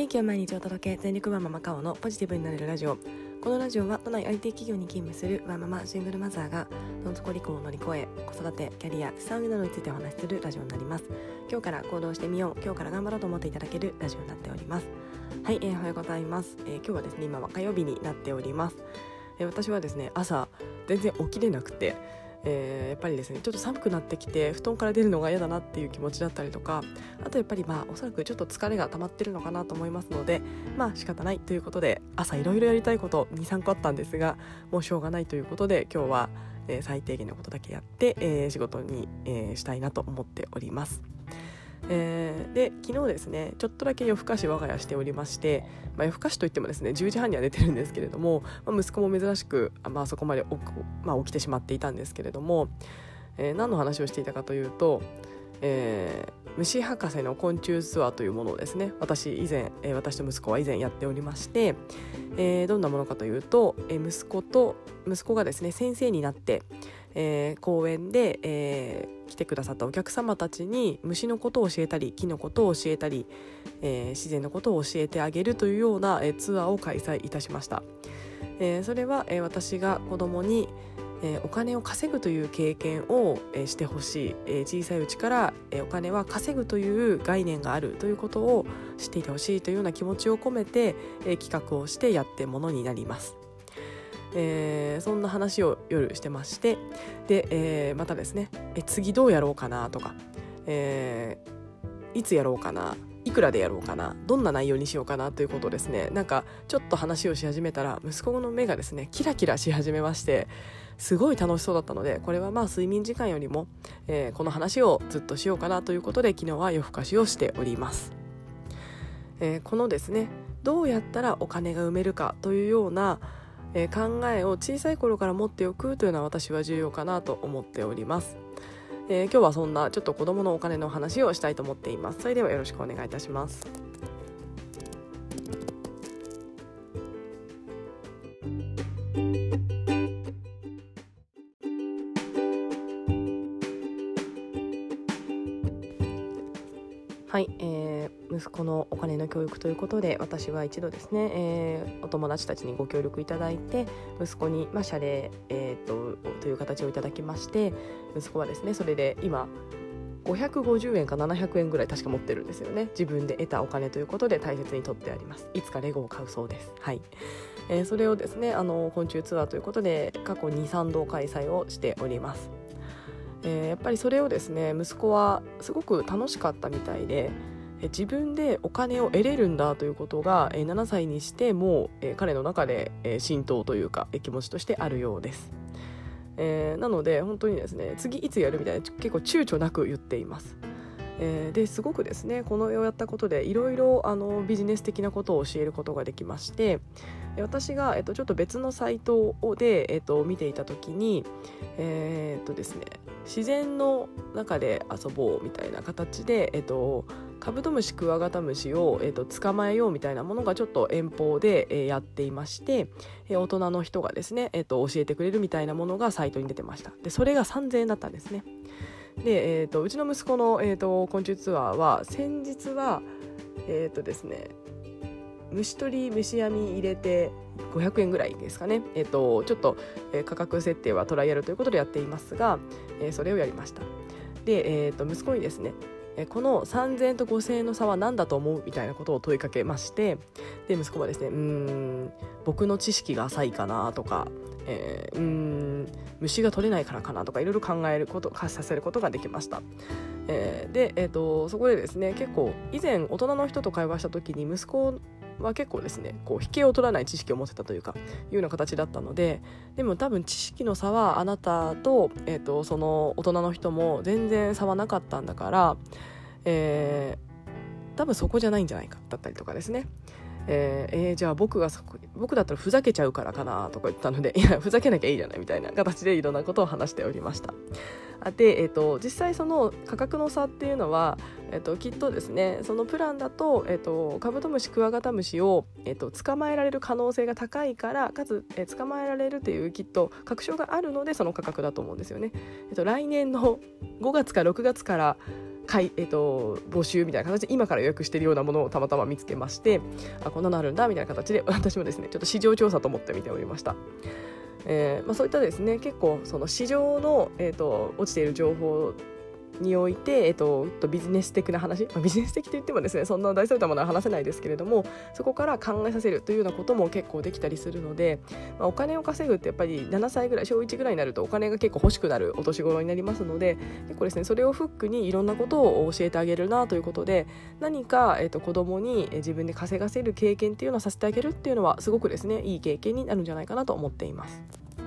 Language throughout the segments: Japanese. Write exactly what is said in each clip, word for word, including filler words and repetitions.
元気を毎日お届け、全力ワーママカオのポジティブになれるラジオ。このラジオは都内 アイティー 企業に勤務するワーママシングルマザーがどん底離婚を乗り越え、子育て、キャリア、資産運などについてお話しするラジオになります。今日から行動してみよう、今日から頑張ろうと思っていただけるラジオになっております。はい、えー、おはようございます、えー、今日はですね、今は火曜日になっております。えー、私はですね、朝全然起きれなくて、えー、やっぱりですねちょっと寒くなってきて布団から出るのが嫌だなっていう気持ちだったりとか、あとやっぱりまあおそらくちょっと疲れが溜まってるのかなと思いますので、まあ仕方ないということで、朝いろいろやりたいこと にさんこあったんですが、もうしょうがないということで今日は、えー、最低限のことだけやって、えー、仕事に、えー、したいなと思っております。えー、で昨日ですねちょっとだけ夜更かし我が家しておりまして、まあ、夜更かしといってもですねじゅうじはんには寝てるんですけれども、まあ、息子も珍しく、まあ、そこまで起き、まあ、起きてしまっていたんですけれども、えー、何の話をしていたかというと、えー、虫博士の昆虫ツアーというものをですね、私以前、えー、私と息子は以前やっておりまして、えー、どんなものかというと、えー、息子と息子がですね先生になって、えー、公園で、えー、来てくださったお客様たちに虫のことを教えたり、木のことを教えたり、えー、自然のことを教えてあげるというような、えー、ツアーを開催いたしました。えー、それは、えー、私が子供に、えー、お金を稼ぐという経験を、えー、してほしい、えー、小さいうちから、えー、お金は稼ぐという概念があるということを知っていてほしいというような気持ちを込めて、えー、企画をしてやってものになります。えー、そんな話を夜してまして、で、えー、またですね、え次どうやろうかなとか、えー、いつやろうかな、いくらでやろうかな、どんな内容にしようかなということをですね、なんかちょっと話をし始めたら息子の目がですねキラキラし始めまして、すごい楽しそうだったので、これはまあ睡眠時間よりも、えー、この話をずっとしようかなということで、昨日は夜更かしをしております。えー、このですねどうやったらお金が埋めるかというようなえー、考えを小さい頃から持っておくというのは私は重要かなと思っております。えー、今日はそんなちょっと子どものお金の話をしたいと思っています。それではよろしくお願いいたします。はい、えー、息子のお金の教育ということで、私は一度ですね、えー、お友達たちにご協力いただいて、息子に、まあ、謝礼、えー、とという形をいただきまして、息子はですねそれで今ごひゃくごじゅうえんかななひゃくえんぐらい確か持ってるんですよね。自分で得たお金ということで大切に取ってあります。いつかレゴを買うそうです。はい、えー、それをですねあの昆虫ツアーということで過去に、さんど開催をしております。えー、やっぱりそれをですね息子はすごく楽しかったみたいで、えー、自分でお金を得れるんだということが、えー、ななさいにしても、えー、彼の中で、えー、浸透というか、えー、気持ちとしてあるようです。えー、なので本当にですね次いつやるみたいな結構躊躇なく言っています。えー、ですごくですねこの絵をやったことでいろいろあのビジネス的なことを教えることができまして、私が、えっと、ちょっと別のサイトで、えっと、見ていた時に、えー、っとですね自然の中で遊ぼうみたいな形で、えっと、カブトムシクワガタムシを、えっと、捕まえようみたいなものがちょっと遠方で、えー、やっていまして、えー、大人の人がですね、えっと、教えてくれるみたいなものがサイトに出てました。でそれがさんぜんえんだったんですね。で、えー、とうちの息子の、えー、と昆虫ツアーは先日はえっ、とですね虫取り虫網入れてごひゃくえんぐらいですかね、えー、とちょっと、えー、価格設定はトライアルということでやっていますが、えー、それをやりました。で、えー、と息子にですねこのさんぜんえんとごせんえんの差は何だと思うみたいなことを問いかけまして、で息子はですねうーん僕の知識が浅いかなとか、えー、うーん虫が取れないからかなとかいろいろ考えることさせることができました。えー、で、えー、とそこでですね結構以前大人の人と会話した時に息子は結構ですねこう引けを取らない知識を持ってたというかいうような形だったので、でも多分知識の差はあなたと、えー、とその大人の人も全然差はなかったんだから、えー、多分そこじゃないんじゃないかだったりとかですね、えーえー、じゃあ僕がそこ僕だったらふざけちゃうからかなとか言ったので、いやふざけなきゃいいじゃないみたいな形でいろんなことを話しておりました。で、えー、と実際その価格の差っていうのは、えー、ときっとですねそのプランだと、えー、とカブトムシクワガタムシを、えー、と捕まえられる可能性が高いからかつ、えー、捕まえられるっていうきっと確証があるのでその価格だと思うんですよね。えー、と来年のごがつかろくがつからかい、えー、と募集みたいな形で今から予約しているようなものをたまたま見つけまして、あこんなのあるんだみたいな形で私もですねちょっと市場調査と思って見ておりました。えーまあ、そういったですね結構その市場の、えー、と落ちている情報において、えっと、ビジネス的な話、まあ、ビジネス的といってもですねそんな大それたものは話せないですけれども、そこから考えさせるというようなことも結構できたりするので、まあ、お金を稼ぐってやっぱりななさいぐらい小いちぐらいになるとお金が結構欲しくなるお年頃になりますので、結構ですねそれをフックにいろんなことを教えてあげるなということで、何か、えっと、子供に自分で稼がせる経験っていうのをさせてあげるっていうのはすごくですねいい経験になるんじゃないかなと思っています。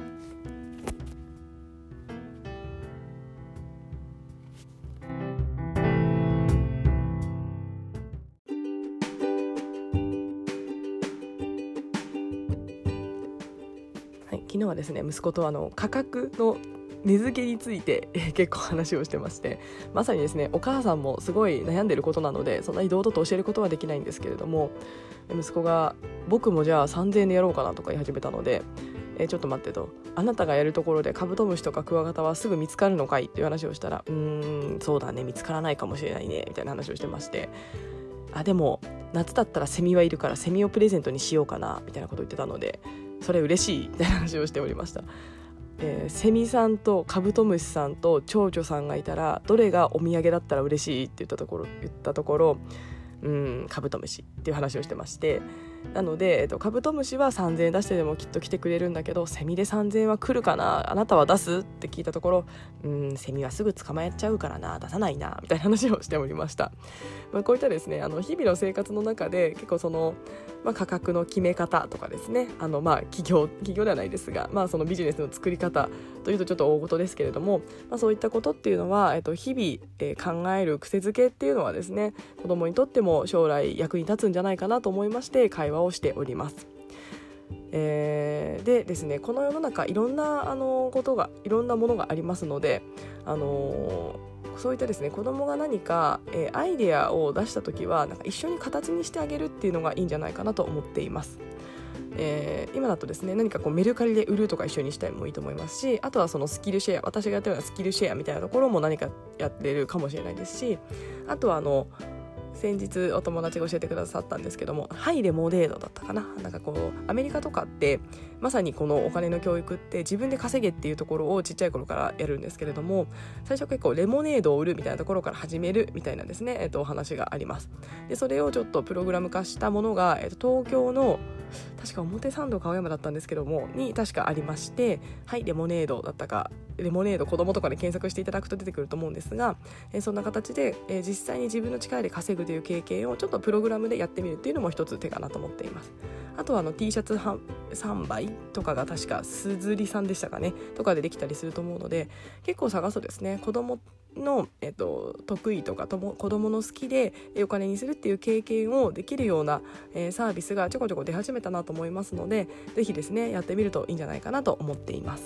昨日はですね息子とあの価格の値付けについて、えー、結構話をしてまして、まさにですねお母さんもすごい悩んでることなのでそんなに堂々と教えることはできないんですけれども、息子が僕もじゃあさんぜんえんでやろうかなとか言い始めたので、えー、ちょっと待ってと、あなたがやるところでカブトムシとかクワガタはすぐ見つかるのかいっていう話をしたら、うーんそうだね見つからないかもしれないねみたいな話をしてまして、あでも夏だったらセミはいるからセミをプレゼントにしようかなみたいなことを言ってたので、それ嬉しいみたいな話をしておりました。えー、セミさんとカブトムシさんと蝶々さんがいたらどれがお土産だったら嬉しいって言ったところ言ったところうんカブトムシっていう話をしてまして、なので、えっと、カブトムシはさんぜんえん出してでもきっと来てくれるんだけど、セミでさんぜんえんは来るかな、あなたは出すって聞いたところ、うんセミはすぐ捕まえちゃうからな出さないなみたいな話をしておりました。まあ、こういったですねあの日々の生活の中で結構その、まあ、価格の決め方とかですね、あのまあ企業企業ではないですが、まあ、そのビジネスの作り方というとちょっと大事ですけれども、まあ、そういったことっていうのは、えっと、日々、えー、考える癖づけっていうのはですね子供にとっても将来役に立つんじゃないかなと思いまして会話をしております。えー、でですねこの世の中いろんなあのことがいろんなものがありますので、あのー、そういったですね子供が何か、えー、アイデアを出した時はなんか一緒に形にしてあげるっていうのがいいんじゃないかなと思っています。えー、今だとですね何かこうメルカリで売るとか一緒にしたいもいいと思いますし、あとはそのスキルシェア、私がやったようなスキルシェアみたいなところも何かやってるかもしれないですし、あとはあの先日お友達が教えてくださったんですけども、ハイレモネードだったかな、なんかこうアメリカとかってまさにこのお金の教育って自分で稼げっていうところをちっちゃい頃からやるんですけれども、最初結構レモネードを売るみたいなところから始めるみたいなですね、えっと、お話があります。でそれをちょっとプログラム化したものが、えっと、東京の確か表参道か青山だったんですけどもに確かありまして、はいレモネードだったかレモネード子供とかで検索していただくと出てくると思うんですが、えー、そんな形で、えー、実際に自分の力で稼ぐという経験をちょっとプログラムでやってみるっていうのも一つ手かなと思っています。あとはあの T シャツさんばいとかが確かすずりさんでしたかねとかでできたりすると思うので、結構探すとですね子供の、えっと、得意とかとも子供の好きでお金にするっていう経験をできるような、えー、サービスがちょこちょこ出始めたなと思いますので、ぜひですねやってみるといいんじゃないかなと思っています。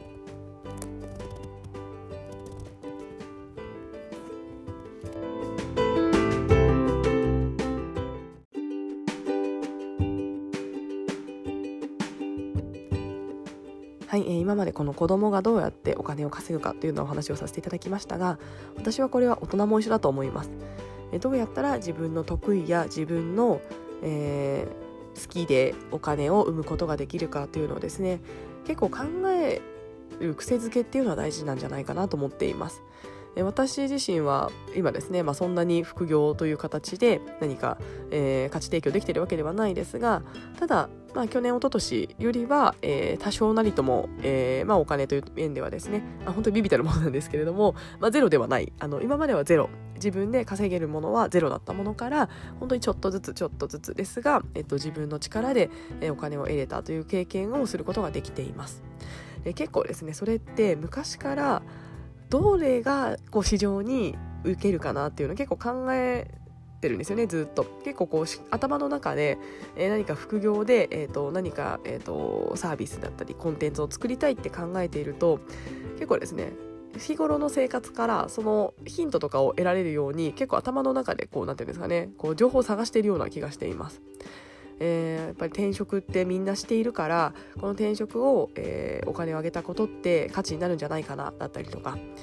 はい、えー、今までこの子供がどうやってお金を稼ぐかというのをお話をさせていただきましたが、私はこれは大人も一緒だと思います。えー、どうやったら自分の得意や自分の、えー、好きでお金を生むことができるかというのをですね結構考える癖づけっていうのは大事なんじゃないかなと思っています。私自身は今ですね、まあ、そんなに副業という形で何か、えー、価値提供できているわけではないですが、ただ、まあ、去年一昨年よりは、えー、多少なりとも、えーまあ、お金という面ではですね、まあ、本当にビビたるものなんですけれども、まあ、ゼロではない、あの今まではゼロ、自分で稼げるものはゼロだったものから本当にちょっとずつちょっとずつですが、えっと、自分の力で、えー、お金を得れたという経験をすることができています。で結構ですねそれって昔からどれがこう市場に受けるかなっていうのを結構考えてるんですよね。ずっと結構こう頭の中で、えー、何か副業で、えー、と何か、えー、とサービスだったりコンテンツを作りたいって考えていると、結構ですね日頃の生活からそのヒントとかを得られるように結構頭の中でこうなんていうんですかね、こう情報を探しているような気がしています。えー、やっぱり転職ってみんなしているから、この転職を、えー、お金を上げたことって価値になるんじゃないかなだったりとか、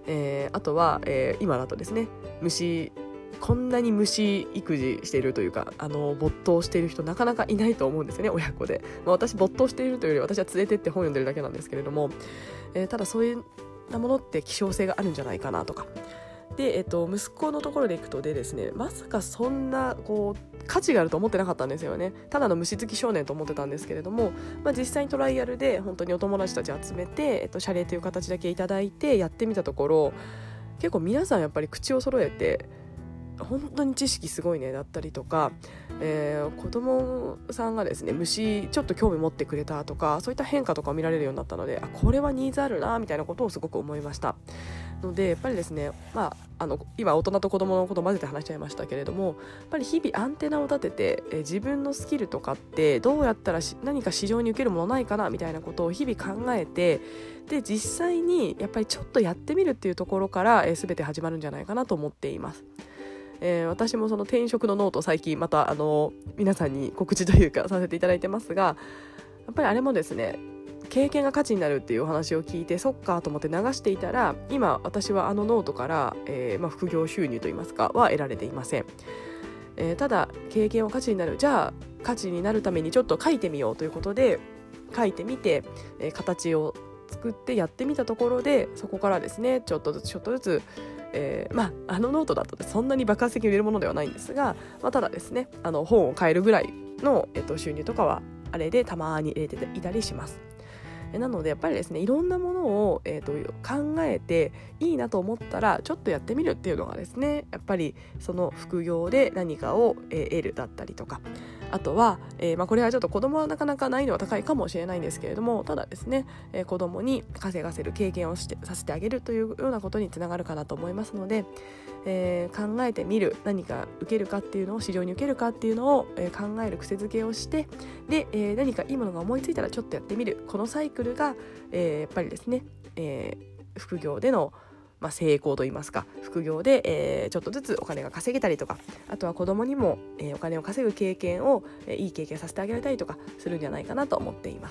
えー、あとは、えー、今だとですね虫こんなに虫育児しているというかあの没頭している人なかなかいないと思うんですよね、親子で、まあ、私没頭しているというより私は連れてって本読んでるだけなんですけれども、えー、ただそういうなものって希少性があるんじゃないかなとかで、えっと、息子のところでいくとでですねまさかそんなこう価値があると思ってなかったんですよね。ただの虫好き少年と思ってたんですけれども、まあ、実際にトライアルで本当にお友達たち集めて、えっと、謝礼という形だけいただいてやってみたところ結構皆さんやっぱり口を揃えて本当に知識すごいねだったりとか、えー、子供さんがですね虫ちょっと興味持ってくれたとかそういった変化とかを見られるようになったのであこれはニーズあるなみたいなことをすごく思いましたのでやっぱりですね、まあ、あの今大人と子供のことを混ぜて話しちゃいましたけれどもやっぱり日々アンテナを立てて、えー、自分のスキルとかってどうやったらし何か市場に受けるものないかなみたいなことを日々考えてで実際にやっぱりちょっとやってみるっていうところから、えー、全て始まるんじゃないかなと思っています。えー、私もその転職のノートを最近またあの皆さんに告知というかさせていただいてますがやっぱりあれもですね経験が価値になるっていうお話を聞いてそっかと思って流していたら今私はあのノートから、えーまあ、副業収入といいますかは得られていません、えー、ただ経験は価値になるじゃあ価値になるためにちょっと書いてみようということで書いてみて、えー、形を作ってやってみたところでそこからですねちょっとずつちょっとずつえーまあ、あのノートだとそんなに爆発的に売れるものではないんですが、まあ、ただですねあの本を買えるぐらいの、えっと、収入とかはあれでたまに入れていたりします。なのでやっぱりですねいろんなものを、えー、と考えていいなと思ったらちょっとやってみるっていうのがですねやっぱりその副業で何かを、えー、得るだったりとかあとは、えーまあ、これはちょっと子供はなかなか難易度は高いかもしれないんですけれどもただですね、えー、子供に稼がせる経験をしてさせてあげるというようなことにつながるかなと思いますので、えー、考えてみる何か受けるかっていうのを市場に受けるかっていうのを、えー、考える癖づけをしてで、えー、何かいいものが思いついたらちょっとやってみるこのサイクルが、えー、やっぱりですね、えー、副業でのまあ、成功といいますか副業で、えー、ちょっとずつお金が稼げたりとかあとは子供にも、えー、お金を稼ぐ経験を、えー、いい経験させてあげられたりとかするんじゃないかなと思っています。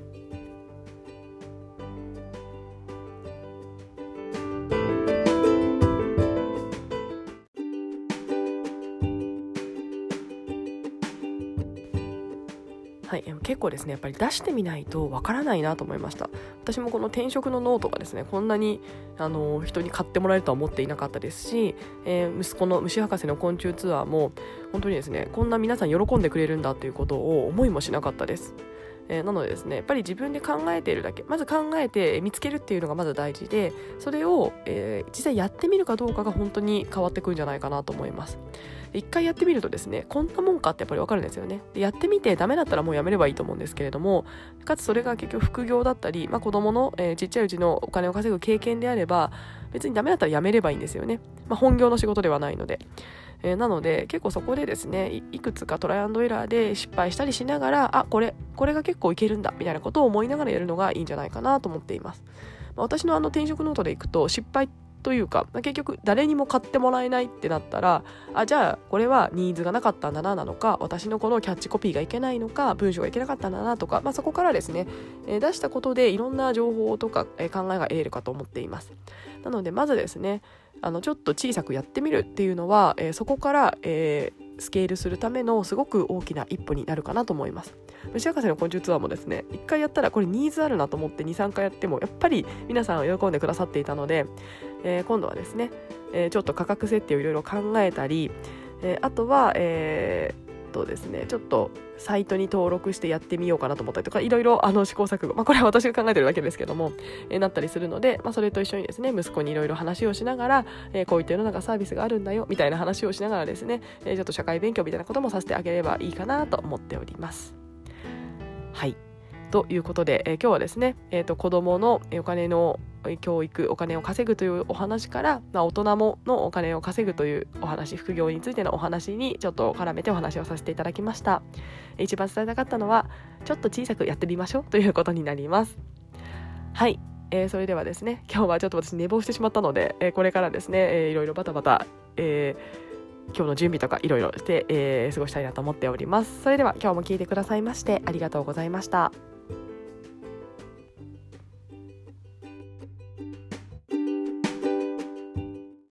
はい、結構ですねやっぱり出してみないとわからないなと思いました。私もこの転職のノートがですねこんなにあの人に買ってもらえるとは思っていなかったですし、えー、息子の虫博士の昆虫ツアーも本当にですねこんな皆さん喜んでくれるんだということを思いもしなかったです。えー、なのでですねやっぱり自分で考えているだけまず考えて見つけるっていうのがまず大事でそれを、えー、実際やってみるかどうかが本当に変わってくるんじゃないかなと思います。一回やってみるとですねこんなもんかってやっぱり分かるんですよね。でやってみてダメだったらもうやめればいいと思うんですけれどもかつそれが結局副業だったり、まあ、子供の、えー、ちっちゃいうちのお金を稼ぐ経験であれば別にダメだったらやめればいいんですよね、まあ、本業の仕事ではないので、えー、なので結構そこでですね い, いくつかトライアンドエラーで失敗したりしながらあこれこれが結構いけるんだみたいなことを思いながらやるのがいいんじゃないかなと思っています。まあ、私のあの転職ノートでいくと失敗というか結局誰にも買ってもらえないってなったらあじゃあこれはニーズがなかったんだななのか私のこのキャッチコピーがいけないのか文章がいけなかったんだなとか、まあ、そこからですね、えー、出したことでいろんな情報とか、えー、考えが得れるかと思っています。なのでまずですねあのちょっと小さくやってみるっていうのは、えー、そこから、えースケールするためのすごく大きな一歩になるかなと思います。虫博士の昆虫ツアーもですねいっかいやったらこれニーズあるなと思って にさんかいやってもやっぱり皆さん喜んでくださっていたので、えー、今度はですね、えー、ちょっと価格設定をいろいろ考えたり、えー、あとは、えーとですね、ちょっとサイトに登録してやってみようかなと思ったりとかいろいろあの試行錯誤、まあ、これは私が考えてるだけですけども、えー、なったりするので、まあ、それと一緒にですね息子にいろいろ話をしながら、えー、こういった世の中サービスがあるんだよみたいな話をしながらですね、えー、ちょっと社会勉強みたいなこともさせてあげればいいかなと思っております。はいということで、えー、今日はですね、えーと、子どものお金の教育お金を稼ぐというお話から、まあ、大人ものお金を稼ぐというお話副業についてのお話にちょっと絡めてお話をさせていただきました。一番伝えたかったのはちょっと小さくやってみましょうということになります。はい、えー、それではですね今日はちょっと私寝坊してしまったので、えー、これからですね、えー、いろいろバタバタ、えー、今日の準備とかいろいろして、えー、過ごしたいなと思っております。それでは今日も聞いてくださいましてありがとうございました。